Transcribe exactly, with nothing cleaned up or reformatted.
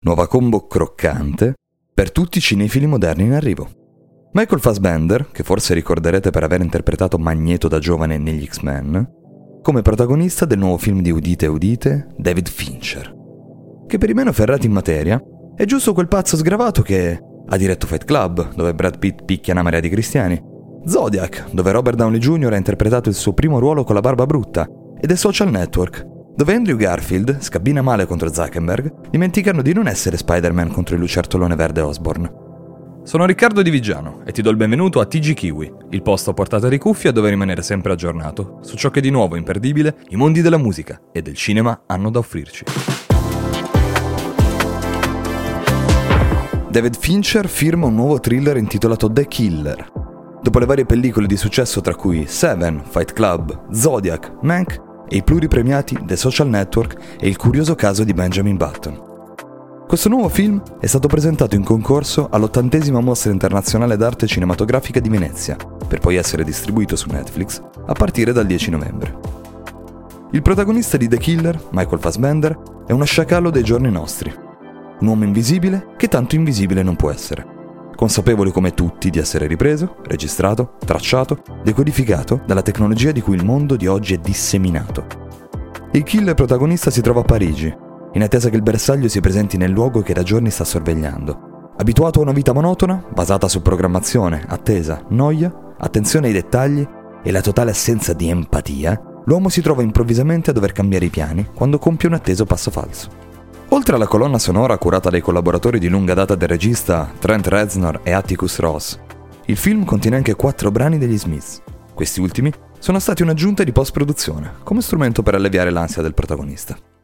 nuova combo croccante per tutti i cinefili moderni in arrivo. Michael Fassbender, che forse ricorderete per aver interpretato Magneto da giovane negli X-Men, come protagonista del nuovo film di udite udite, David Fincher, che per i meno ferrati in materia è giusto quel pazzo sgravato che ha diretto Fight Club, dove Brad Pitt picchia una marea di cristiani, Zodiac, dove Robert Downey junior ha interpretato il suo primo ruolo con la barba brutta, e The Social Network, dove Andrew Garfield scabbina male contro Zuckerberg, dimenticando di non essere Spider-Man contro il lucertolone verde Osborn. Sono Riccardo Di Vigiano e ti do il benvenuto a T G Kiwi, il posto a portata di cuffia dove rimanere sempre aggiornato su ciò che di nuovo imperdibile i mondi della musica e del cinema hanno da offrirci. David Fincher firma un nuovo thriller intitolato The Killer. Dopo le varie pellicole di successo tra cui Seven, Fight Club, Zodiac, Mank e i pluripremiati The Social Network e il curioso caso di Benjamin Button. Questo nuovo film è stato presentato in concorso all'ottantesima Mostra Internazionale d'Arte Cinematografica di Venezia, per poi essere distribuito su Netflix a partire dal dieci novembre. Il protagonista di The Killer, Michael Fassbender, è uno sciacallo dei giorni nostri. Un uomo invisibile che tanto invisibile non può essere. Consapevole come tutti di essere ripreso, registrato, tracciato, decodificato dalla tecnologia di cui il mondo di oggi è disseminato. Il killer protagonista si trova a Parigi, in attesa che il bersaglio si presenti nel luogo che da giorni sta sorvegliando. Abituato a una vita monotona, basata su programmazione, attesa, noia, attenzione ai dettagli e la totale assenza di empatia, l'uomo si trova improvvisamente a dover cambiare i piani quando compie un atteso passo falso. Oltre alla colonna sonora curata dai collaboratori di lunga data del regista Trent Reznor e Atticus Ross, il film contiene anche quattro brani degli Smiths. Questi ultimi sono stati un'aggiunta di post-produzione, come strumento per alleviare l'ansia del protagonista.